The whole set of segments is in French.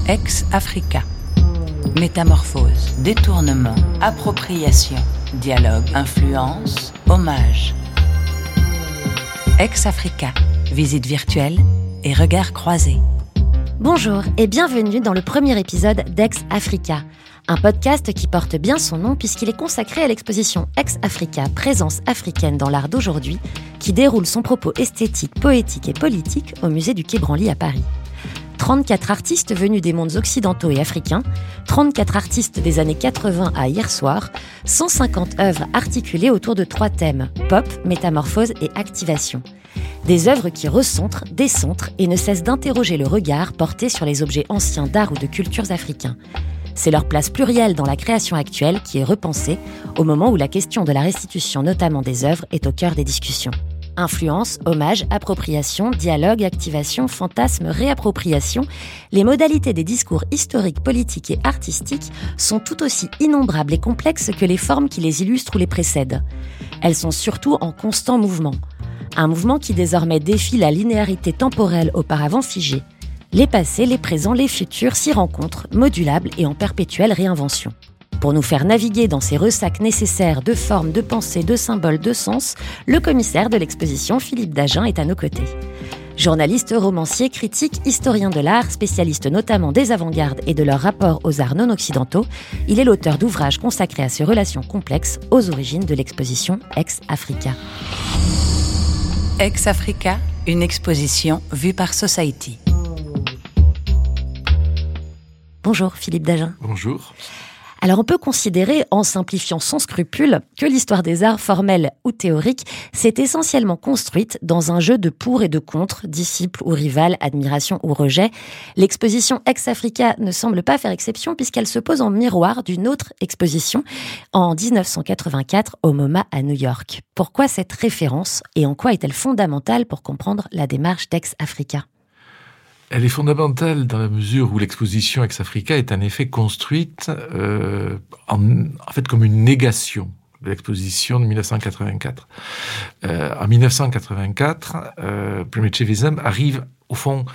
Ex-Africa. Métamorphose, détournement, appropriation, dialogue, influence, hommage. Ex-Africa. Visite virtuelle et regards croisés. Bonjour et bienvenue dans le premier épisode d'Ex-Africa, un podcast qui porte bien son nom puisqu'il est consacré à l'exposition Ex-Africa, présence africaine dans l'art d'aujourd'hui, qui déroule son propos esthétique, poétique et politique au musée du Quai Branly à Paris. 34 artistes venus des mondes occidentaux et africains, 34 artistes des années 80 à hier soir, 150 œuvres articulées autour de 3 thèmes, pop, métamorphose et activation. Des œuvres qui recentrent, décentrent et ne cessent d'interroger le regard porté sur les objets anciens d'art ou de cultures africains. C'est leur place plurielle dans la création actuelle qui est repensée au moment où la question de la restitution notamment des œuvres est au cœur des discussions. Influence, hommage, appropriation, dialogue, activation, fantasme, réappropriation, les modalités des discours historiques, politiques et artistiques sont tout aussi innombrables et complexes que les formes qui les illustrent ou les précèdent. Elles sont surtout en constant mouvement. Un mouvement qui désormais défie la linéarité temporelle auparavant figée. Les passés, les présents, les futurs s'y rencontrent, modulables et en perpétuelle réinvention. Pour nous faire naviguer dans ces ressacs nécessaires de formes, de pensées, de symboles, de sens, le commissaire de l'exposition, Philippe Dagen, est à nos côtés. Journaliste, romancier, critique, historien de l'art, spécialiste notamment des avant-gardes et de leur rapport aux arts non occidentaux, il est l'auteur d'ouvrages consacrés à ces relations complexes aux origines de l'exposition Ex-Africa. Ex-Africa, une exposition vue par Society. Bonjour Philippe Dagen. Bonjour. Alors on peut considérer, en simplifiant sans scrupule, que l'histoire des arts formels ou théoriques s'est essentiellement construite dans un jeu de pour et de contre, disciples ou rivales, admiration ou rejet. L'exposition Ex-Africa ne semble pas faire exception puisqu'elle se pose en miroir d'une autre exposition en 1984 au MoMA à New York. Pourquoi cette référence et en quoi est-elle fondamentale pour comprendre la démarche d'Ex-Africa ? Elle est fondamentale dans la mesure où l'exposition Ex-Africa est en effet construite en fait comme une négation de l'exposition de 1984. En 1984, Primitivism arrive au fond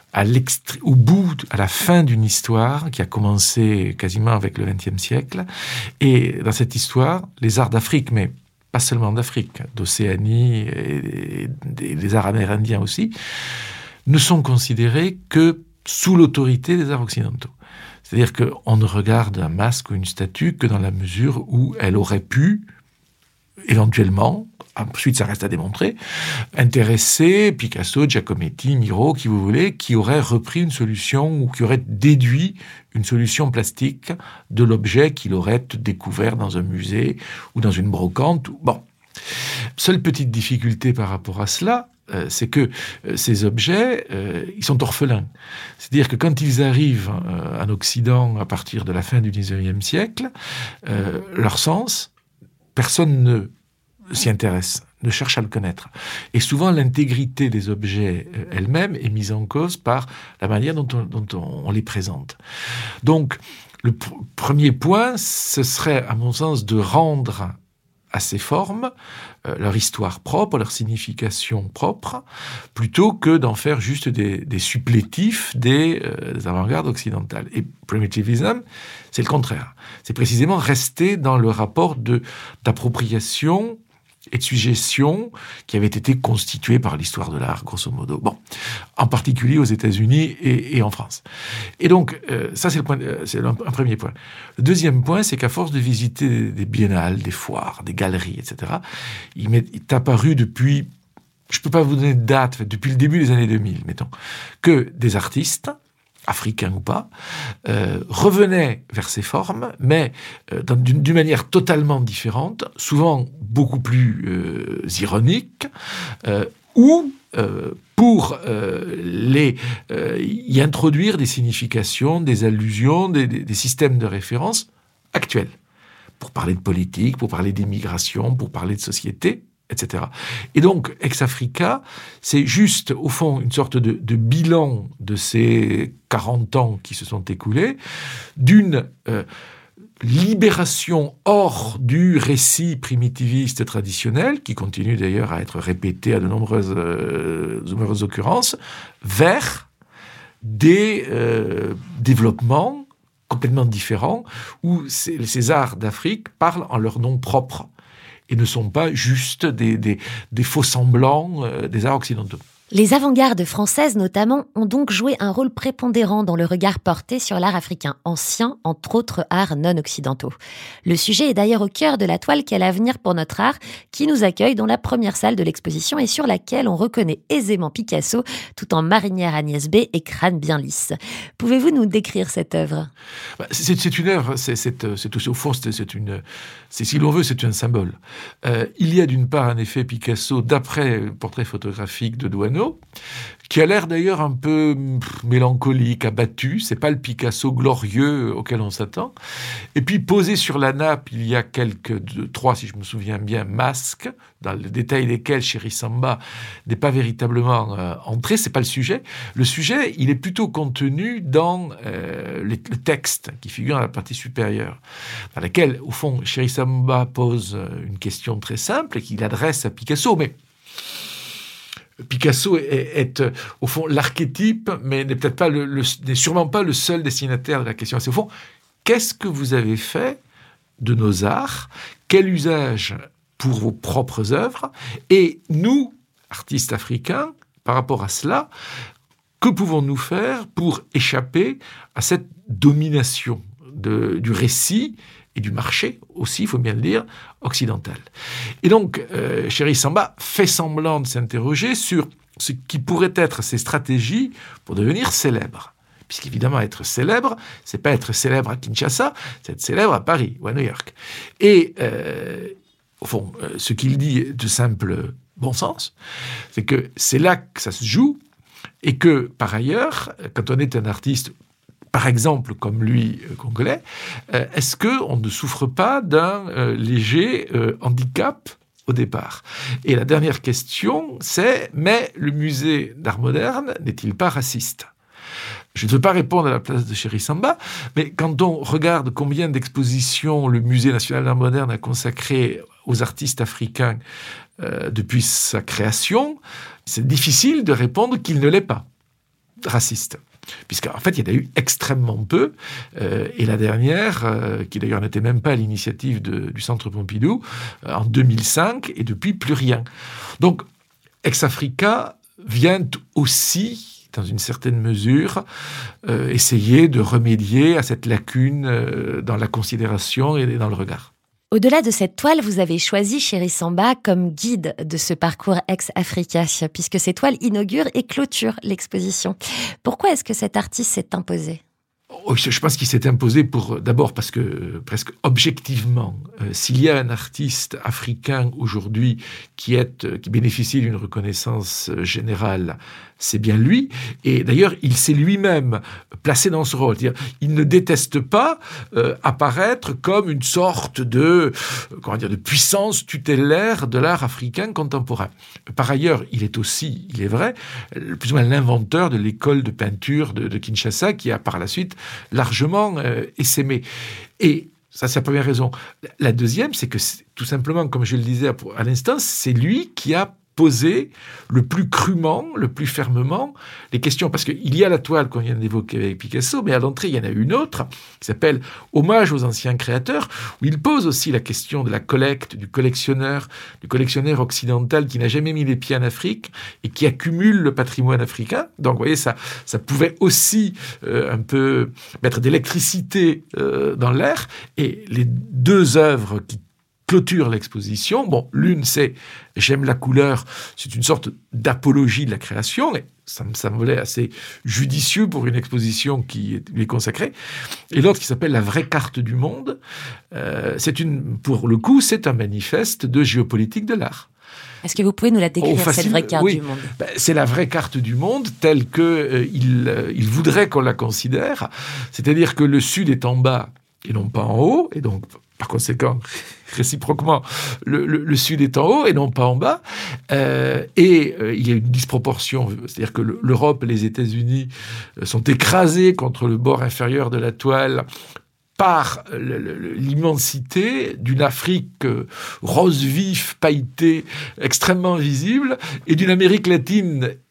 au bout, à la fin d'une histoire qui a commencé quasiment avec le XXe siècle. Et dans cette histoire, les arts d'Afrique, mais pas seulement d'Afrique, d'Océanie et des arts amérindiens aussi, ne sont considérés que sous l'autorité des arts occidentaux. C'est-à-dire qu'on ne regarde un masque ou une statue que dans la mesure où elle aurait pu, éventuellement, ensuite ça reste à démontrer, intéresser Picasso, Giacometti, Miro, qui vous voulez, qui aurait repris une solution ou qui aurait déduit une solution plastique de l'objet qu'il aurait découvert dans un musée ou dans une brocante. Bon. Seule petite difficulté par rapport à cela, c'est que ces objets, ils sont orphelins. C'est-à-dire que quand ils arrivent en Occident à partir de la fin du XIXe siècle, leur sens, personne ne s'y intéresse, ne cherche à le connaître. Et souvent, l'intégrité des objets elle-même est mise en cause par la manière dont on les présente. Donc, le premier point, ce serait, à mon sens, de rendre à ces formes leur histoire propre, leur signification propre, plutôt que d'en faire juste des supplétifs des avant-gardes occidentales. Et Primitivism, c'est le contraire. C'est précisément rester dans le rapport d'appropriation et de suggestion qui avait été constitué par l'histoire de l'art, grosso modo. Bon, en particulier aux États-Unis et en France. Et donc, ça c'est un premier point. Le deuxième point, c'est qu'à force de visiter des biennales, des foires, des galeries, etc., il est apparu depuis, je ne peux pas vous donner de date, depuis le début des années 2000, mettons, que des artistes, africains ou pas, revenaient vers ces formes, mais d'une manière totalement différente, souvent beaucoup plus ironique, ou pour y introduire des significations, des allusions, des systèmes de référence actuels, pour parler de politique, pour parler d'immigration, pour parler de société, etc. Et donc, Ex-Africa, c'est juste, au fond, une sorte de bilan de ces 40 ans qui se sont écoulés, d'une libération hors du récit primitiviste traditionnel, qui continue d'ailleurs à être répété à de nombreuses occurrences, vers des développements complètement différents, où ces arts d'Afrique parlent en leur nom propre et ne sont pas juste des faux semblants des arts occidentaux. Les avant-gardes françaises, notamment, ont donc joué un rôle prépondérant dans le regard porté sur l'art africain ancien, entre autres arts non occidentaux. Le sujet est d'ailleurs au cœur de la toile Quel avenir pour notre art, qui nous accueille dans la première salle de l'exposition et sur laquelle on reconnaît aisément Picasso, tout en marinière Agnès B et crâne bien lisse. Pouvez-vous nous décrire cette œuvre ? C'est une œuvre, c'est aussi au fond, si l'on veut, c'est un symbole. Il y a d'une part un effet Picasso d'après le portrait photographique de Doisneau, qui a l'air d'ailleurs un peu mélancolique, abattu. C'est pas le Picasso glorieux auquel on s'attend. Et puis posé sur la nappe, il y a trois, si je me souviens bien, masques, dans le détail desquels Chéri Samba n'est pas véritablement entré. C'est pas le sujet. Le sujet, il est plutôt contenu dans le texte qui figure dans la partie supérieure, dans laquelle, au fond, Chéri Samba pose une question très simple et qu'il adresse à Picasso, mais Picasso est au fond l'archétype, mais n'est peut-être pas n'est sûrement pas le seul destinataire de la question. C'est au fond, qu'est-ce que vous avez fait de nos arts ? Quel usage pour vos propres œuvres ? Et nous, artistes africains, par rapport à cela, que pouvons-nous faire pour échapper à cette domination du récit et du marché aussi, il faut bien le dire, occidental. Et donc, Chéri Samba fait semblant de s'interroger sur ce qui pourrait être ses stratégies pour devenir célèbre. Puisqu'évidemment, être célèbre, c'est pas être célèbre à Kinshasa, c'est être célèbre à Paris ou à New York. Et au fond, ce qu'il dit est de simple bon sens, c'est que c'est là que ça se joue, et que, par ailleurs, quand on est un artiste, par exemple, comme lui, congolais, est-ce qu'on ne souffre pas d'un léger handicap au départ ? Et la dernière question, c'est, mais le musée d'art moderne n'est-il pas raciste ? Je ne veux pas répondre à la place de Chéri Samba, mais quand on regarde combien d'expositions le Musée national d'art moderne a consacré aux artistes africains depuis sa création, c'est difficile de répondre qu'il ne l'est pas raciste. Puisqu'en fait, il y en a eu extrêmement peu, et la dernière, qui d'ailleurs n'était même pas à l'initiative du Centre Pompidou, en 2005, et depuis plus rien. Donc, Ex-Africa vient aussi, dans une certaine mesure, essayer de remédier à cette lacune dans la considération et dans le regard. Au-delà de cette toile, vous avez choisi Chéri Samba comme guide de ce parcours Ex-Africa, puisque ces toiles inaugurent et clôturent l'exposition. Pourquoi est-ce que cet artiste s'est imposé ? Je pense qu'il s'est imposé d'abord parce que, presque objectivement, s'il y a un artiste africain aujourd'hui qui bénéficie d'une reconnaissance générale, c'est bien lui. Et d'ailleurs, il s'est lui-même placé dans ce rôle. C'est-à-dire, il ne déteste pas apparaître comme une sorte de puissance tutélaire de l'art africain contemporain. Par ailleurs, il est vrai, plus ou moins l'inventeur de l'école de peinture de Kinshasa, qui a par la suite largement essaimé. Et ça, c'est la première raison. La deuxième, c'est que, tout simplement, comme je le disais à l'instant, c'est lui qui a posé le plus crûment, le plus fermement les questions. Parce qu'il y a la toile qu'on vient d'évoquer avec Picasso, mais à l'entrée, il y en a une autre qui s'appelle « Hommage aux anciens créateurs », où il pose aussi la question de la collecte, du collectionneur occidental qui n'a jamais mis les pieds en Afrique et qui accumule le patrimoine africain. Donc, vous voyez, ça pouvait aussi un peu mettre d'électricité dans l'air. Et les deux œuvres qui clôture l'exposition. Bon, l'une, c'est « J'aime la couleur », c'est une sorte d'apologie de la création, et ça me semblait assez judicieux pour une exposition qui lui est consacrée. Et l'autre, qui s'appelle « La vraie carte du monde », pour le coup, c'est un manifeste de géopolitique de l'art. Est-ce que vous pouvez nous la décrire, cette vraie carte du monde ? C'est la vraie carte du monde telle qu'il voudrait qu'on la considère, c'est-à-dire que le Sud est en bas et non pas en haut, et donc, par conséquent, réciproquement, le Sud est en haut et non pas en bas. Et il y a une disproportion, c'est-à-dire que l'Europe et les États-Unis sont écrasés contre le bord inférieur de la toile par l'immensité d'une Afrique rose vif, pailletée, extrêmement visible, et d'une Amérique latine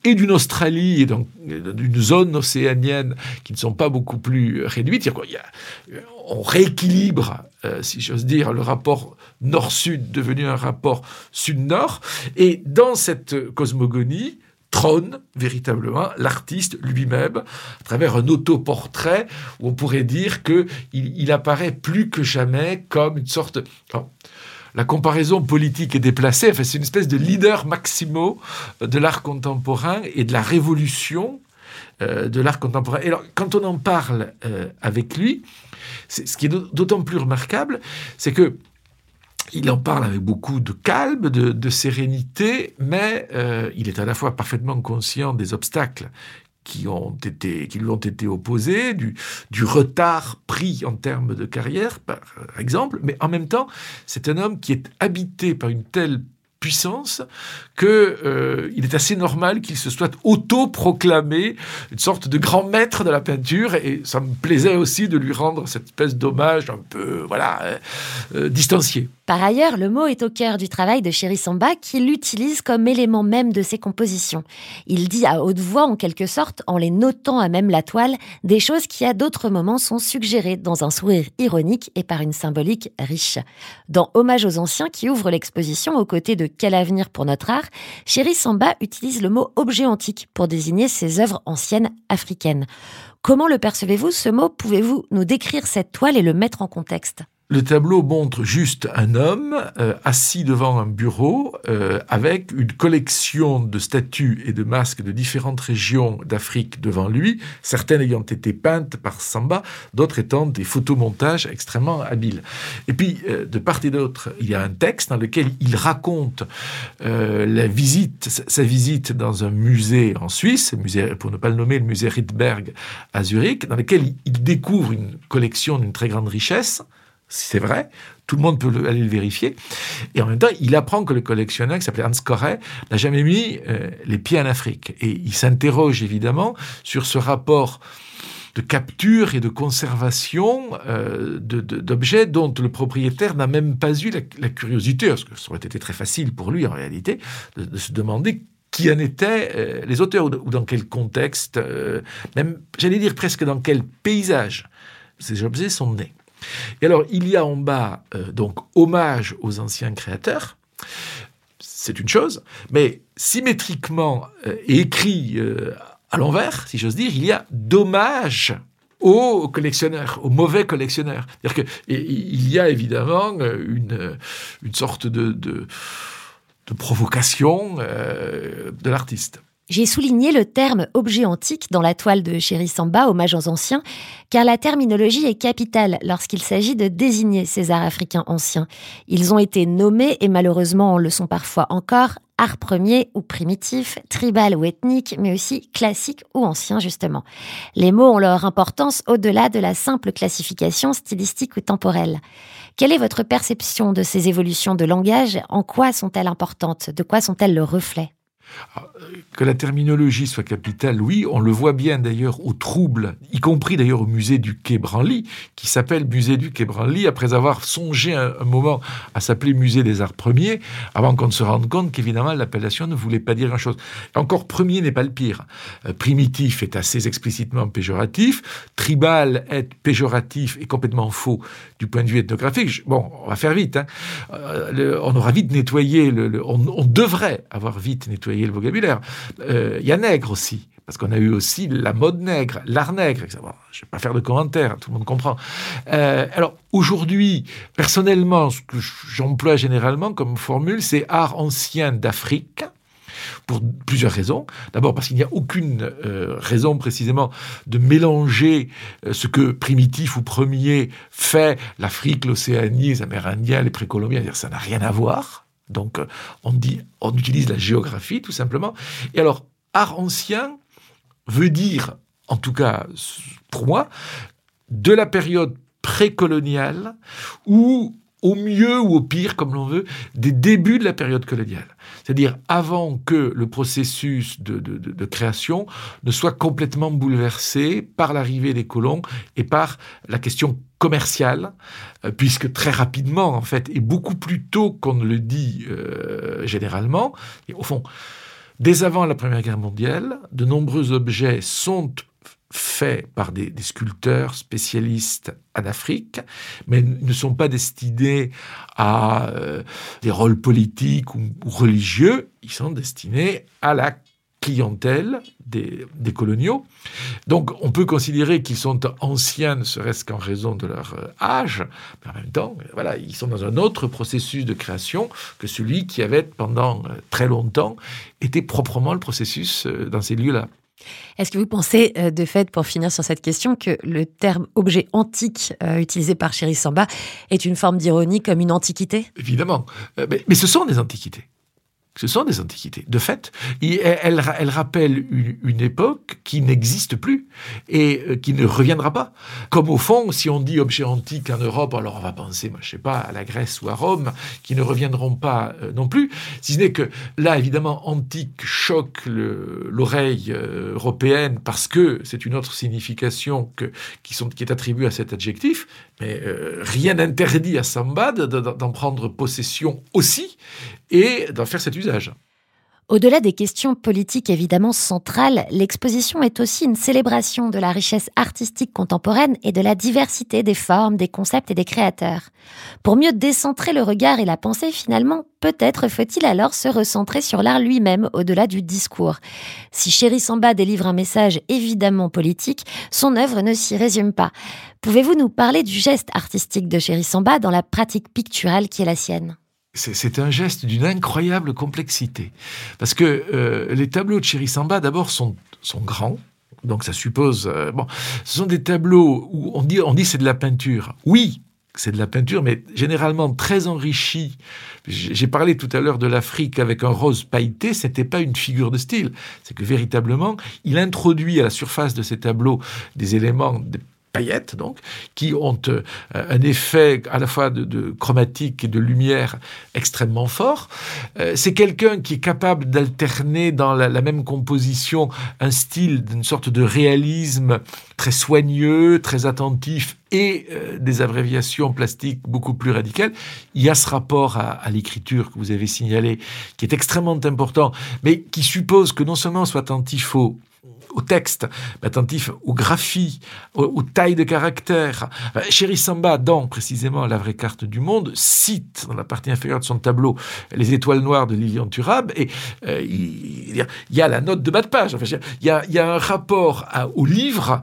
et d'une Australie et donc d'une zone océanienne qui ne sont pas beaucoup plus réduites. On rééquilibre, si j'ose dire, le rapport nord-sud devenu un rapport sud-nord. Et dans cette cosmogonie, trône véritablement l'artiste lui-même, à travers un autoportrait où on pourrait dire qu'il apparaît plus que jamais comme une sorte... La comparaison politique est déplacée, c'est une espèce de leader maximo de l'art contemporain et de la révolution de l'art contemporain. Et alors, quand on en parle avec lui, ce qui est d'autant plus remarquable, c'est que il en parle avec beaucoup de calme, de sérénité, mais il est à la fois parfaitement conscient des obstacles qui lui ont été opposés, du retard pris en termes de carrière, par exemple, mais en même temps, c'est un homme qui est habité par une telle puissance qu'il est assez normal qu'il se soit auto-proclamé une sorte de grand maître de la peinture, et ça me plaisait aussi de lui rendre cette espèce d'hommage un peu distancié. Par ailleurs, le mot est au cœur du travail de Chéri Samba, qui l'utilise comme élément même de ses compositions. Il dit à haute voix, en quelque sorte, en les notant à même la toile, des choses qui à d'autres moments sont suggérées dans un sourire ironique et par une symbolique riche. Dans Hommage aux anciens, qui ouvre l'exposition aux côtés de Quel avenir pour notre art, Chéri Samba utilise le mot objet antique pour désigner ses œuvres anciennes africaines. Comment le percevez-vous, ce mot? Pouvez-vous nous décrire cette toile et le mettre en contexte? Le tableau montre juste un homme assis devant un bureau avec une collection de statues et de masques de différentes régions d'Afrique devant lui, certaines ayant été peintes par Samba, d'autres étant des photomontages extrêmement habiles. Et puis, de part et d'autre, il y a un texte dans lequel il raconte sa visite dans un musée en Suisse, pour ne pas le nommer, le musée Rydberg à Zurich, dans lequel il découvre une collection d'une très grande richesse. C'est vrai, tout le monde peut aller le vérifier. Et en même temps, il apprend que le collectionneur, qui s'appelait Hans Correy, n'a jamais mis les pieds en Afrique. Et il s'interroge évidemment sur ce rapport de capture et de conservation d'objets dont le propriétaire n'a même pas eu la curiosité, parce que ça aurait été très facile pour lui en réalité, de se demander qui en étaient les auteurs, ou dans quel contexte, même, j'allais dire presque dans quel paysage ces objets sont nés. Et alors, il y a en bas, donc, hommage aux anciens créateurs. C'est une chose, mais symétriquement écrit à l'envers, si j'ose dire, il y a dommage aux collectionneurs, aux mauvais collectionneurs. C'est-à-dire qu'il y a évidemment une sorte de provocation de l'artiste. J'ai souligné le terme « objet antique » dans la toile de Chéri Samba, Hommage aux anciens, car la terminologie est capitale lorsqu'il s'agit de désigner ces arts africains anciens. Ils ont été nommés, et malheureusement le sont parfois encore, art premier ou primitif, tribal ou ethnique, mais aussi classique ou ancien justement. Les mots ont leur importance au-delà de la simple classification stylistique ou temporelle. Quelle est votre perception de ces évolutions de langage? En quoi sont-elles importantes? De quoi sont-elles le reflet? Que la terminologie soit capitale, oui, on le voit bien d'ailleurs au trouble, y compris d'ailleurs au musée du Quai Branly, qui s'appelle musée du Quai Branly, après avoir songé un moment à s'appeler musée des arts premiers, avant qu'on ne se rende compte qu'évidemment l'appellation ne voulait pas dire grand-chose. Encore premier n'est pas le pire. Primitif est assez explicitement péjoratif, tribal est péjoratif et complètement faux du point de vue ethnographique. Bon, on va faire vite, hein. On aura vite nettoyé, on devrait avoir vite nettoyé le vocabulaire. Il y a nègre aussi, parce qu'on a eu aussi la mode nègre, l'art nègre. Bon, je ne vais pas faire de commentaires, tout le monde comprend. Alors, aujourd'hui, personnellement, ce que j'emploie généralement comme formule, c'est art ancien d'Afrique, pour plusieurs raisons. D'abord parce qu'il n'y a aucune raison précisément de mélanger ce que primitif ou premier fait l'Afrique, l'Océanie, les Amérindiens, les Précolombiens. Ça n'a rien à voir. Donc, on utilise la géographie, tout simplement. Et alors, art ancien veut dire, en tout cas pour moi, de la période précoloniale ou au mieux ou au pire, comme l'on veut, des débuts de la période coloniale. C'est-à-dire avant que le processus de création ne soit complètement bouleversé par l'arrivée des colons et par la question commerciale, puisque très rapidement, en fait, et beaucoup plus tôt qu'on ne le dit généralement, et au fond, Dès avant la Première Guerre mondiale, de nombreux objets sont faits par des sculpteurs spécialistes en Afrique, mais ne sont pas destinés à des rôles politiques ou religieux. Ils sont destinés à la clientèle des coloniaux. Donc, on peut considérer qu'ils sont anciens, ne serait-ce qu'en raison de leur âge, mais en même temps, voilà, ils sont dans un autre processus de création que celui qui avait, pendant très longtemps, été proprement le processus dans ces lieux-là. Est-ce que vous pensez, de fait, pour finir sur cette question, que le terme objet antique utilisé par Chéri Samba est une forme d'ironie comme une antiquité ? Évidemment. Mais ce sont des antiquités. Ce sont des antiquités. De fait, elles rappellent une époque qui n'existe plus et qui ne reviendra pas. Comme au fond, si on dit objet antique en Europe, alors on va penser, je ne sais pas, à la Grèce ou à Rome, qui ne reviendront pas non plus. Si ce n'est que là, évidemment, antique choque l'oreille européenne parce que c'est une autre signification qui est attribuée à cet adjectif. Mais rien n'interdit à Samba d'en prendre possession aussi et d'en faire cet usage. Au-delà des questions politiques évidemment centrales, l'exposition est aussi une célébration de la richesse artistique contemporaine et de la diversité des formes, des concepts et des créateurs. Pour mieux décentrer le regard et la pensée, finalement, peut-être faut-il alors se recentrer sur l'art lui-même, au-delà du discours. Si Chéri Samba délivre un message évidemment politique, son œuvre ne s'y résume pas. Pouvez-vous nous parler du geste artistique de Chéri Samba dans la pratique picturale qui est la sienne ? C'est un geste d'une incroyable complexité. Parce que les tableaux de Chéri Samba, d'abord, sont grands. Donc ça suppose... ce sont des tableaux où on dit c'est de la peinture. Oui, c'est de la peinture, mais généralement très enrichie. J'ai parlé tout à l'heure de l'Afrique avec un rose pailleté, c'était pas une figure de style. C'est que véritablement, il introduit à la surface de ces tableaux des éléments... paillettes, donc, qui ont un effet à la fois de chromatique et de lumière extrêmement fort. C'est quelqu'un qui est capable d'alterner dans la même composition un style d'une sorte de réalisme très soigneux, très attentif et des abréviations plastiques beaucoup plus radicales. Il y a ce rapport à l'écriture que vous avez signalé, qui est extrêmement important, mais qui suppose que non seulement on soit attentif au texte, mais attentif aux graphies, aux tailles de caractères. Chéri Samba, dans précisément La vraie carte du monde, cite dans la partie inférieure de son tableau les étoiles noires de Lilian Thuram, et il y a la note de bas de page. Enfin, il y a un rapport au livre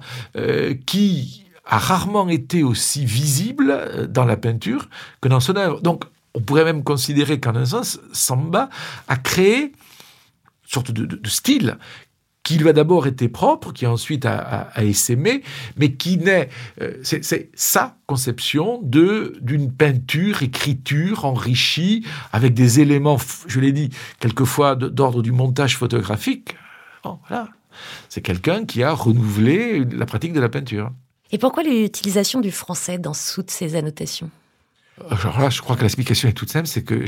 qui a rarement été aussi visible dans la peinture que dans son œuvre. Donc, on pourrait même considérer qu'en un sens, Samba a créé une sorte de style qui lui a d'abord été propre, qui ensuite a essaimé, mais qui naît... c'est sa conception d'une peinture, écriture enrichie, avec des éléments, je l'ai dit, quelquefois d'ordre du montage photographique. Bon, voilà. C'est quelqu'un qui a renouvelé la pratique de la peinture. Et pourquoi l'utilisation du français dans toutes ces annotations ? Alors là, je crois que l'explication est toute simple, c'est que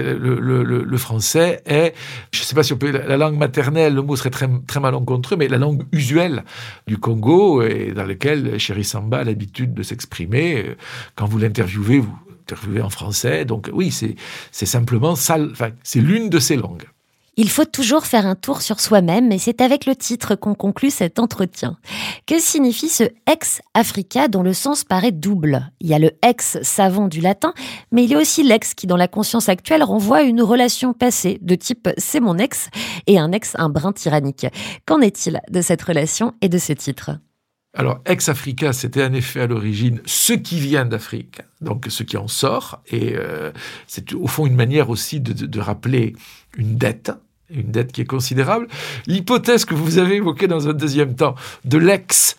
le français est, je ne sais pas si on peut, la langue maternelle, le mot serait très, très malencontreux, mais la langue usuelle du Congo et dans laquelle Chéri Samba a l'habitude de s'exprimer. Quand vous l'interviewez, vous l'interviewez en français. Donc oui, c'est simplement ça, enfin, c'est l'une de ces langues. Il faut toujours faire un tour sur soi-même, et c'est avec le titre qu'on conclut cet entretien. Que signifie ce ex Africa dont le sens paraît double ? Il y a le ex savant du latin, mais il y a aussi l'ex qui, dans la conscience actuelle, renvoie à une relation passée de type « c'est mon ex » et un ex un brin tyrannique. Qu'en est-il de cette relation et de ce titre ? Alors, ex-Africa, c'était en effet à l'origine ce qui vient d'Afrique, donc ce qui en sort, et c'est au fond une manière aussi de rappeler une dette qui est considérable. L'hypothèse que vous avez évoquée dans un deuxième temps, de l'ex,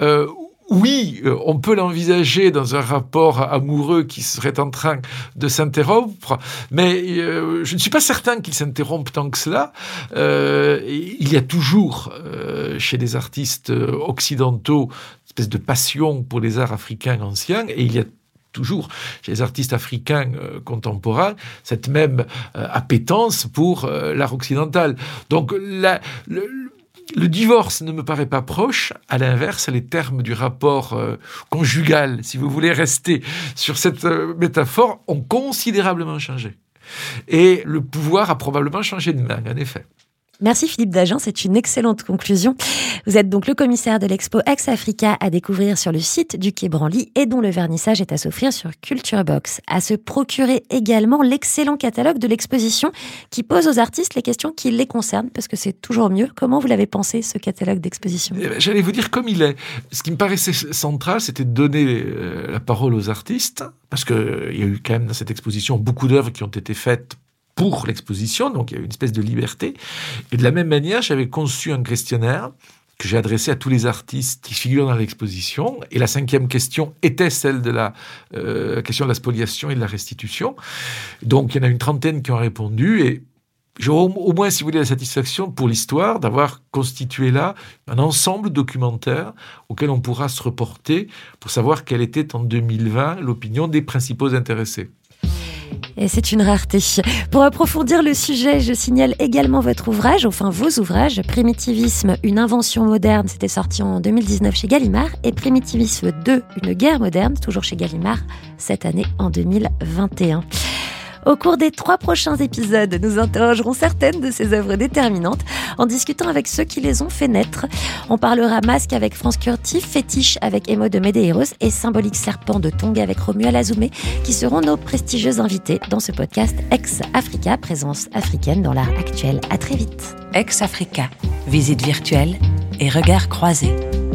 oui, on peut l'envisager dans un rapport amoureux qui serait en train de s'interrompre, mais je ne suis pas certain qu'il s'interrompe tant que cela. Il y a toujours, chez les artistes occidentaux, une espèce de passion pour les arts africains anciens, et il y a toujours chez les artistes africains contemporains cette même appétence pour l'art occidental. Donc le divorce ne me paraît pas proche. À l'inverse, les termes du rapport conjugal, si vous voulez rester sur cette métaphore, ont considérablement changé. Et le pouvoir a probablement changé de main, en effet. Merci Philippe Dagen, c'est une excellente conclusion. Vous êtes donc le commissaire de l'expo Ex-Africa à découvrir sur le site du Quai Branly et dont le vernissage est à s'offrir sur Culture Box. À se procurer également l'excellent catalogue de l'exposition qui pose aux artistes les questions qui les concernent, parce que c'est toujours mieux. Comment vous l'avez pensé, ce catalogue d'exposition ? J'allais vous dire comme il est. Ce qui me paraissait central, c'était de donner la parole aux artistes, parce qu'il y a eu quand même dans cette exposition beaucoup d'œuvres qui ont été faites pour l'exposition, donc il y a eu une espèce de liberté. Et de la même manière, j'avais conçu un questionnaire que j'ai adressé à tous les artistes qui figurent dans l'exposition. Et la 5e question était celle de la question de la spoliation et de la restitution. Donc il y en a une 30aine qui ont répondu, et j'ai au moins, si vous voulez, la satisfaction pour l'histoire d'avoir constitué là un ensemble documentaire auquel on pourra se reporter pour savoir quelle était en 2020 l'opinion des principaux intéressés. Et c'est une rareté. Pour approfondir le sujet, je signale également votre ouvrage, enfin vos ouvrages, Primitivisme, une invention moderne, c'était sorti en 2019 chez Gallimard, et Primitivisme 2, une guerre moderne, toujours chez Gallimard, cette année en 2021. Au cours des 3 prochains épisodes, nous interrogerons certaines de ces œuvres déterminantes en discutant avec ceux qui les ont fait naître. On parlera masque avec France Curti, fétiche avec Emo de Medeiros et symbolique serpent de Tonga avec Romuald Azoumé qui seront nos prestigieux invités dans ce podcast Ex-Africa, présence africaine dans l'art actuel. À très vite. Ex-Africa, visite virtuelle et regards croisés.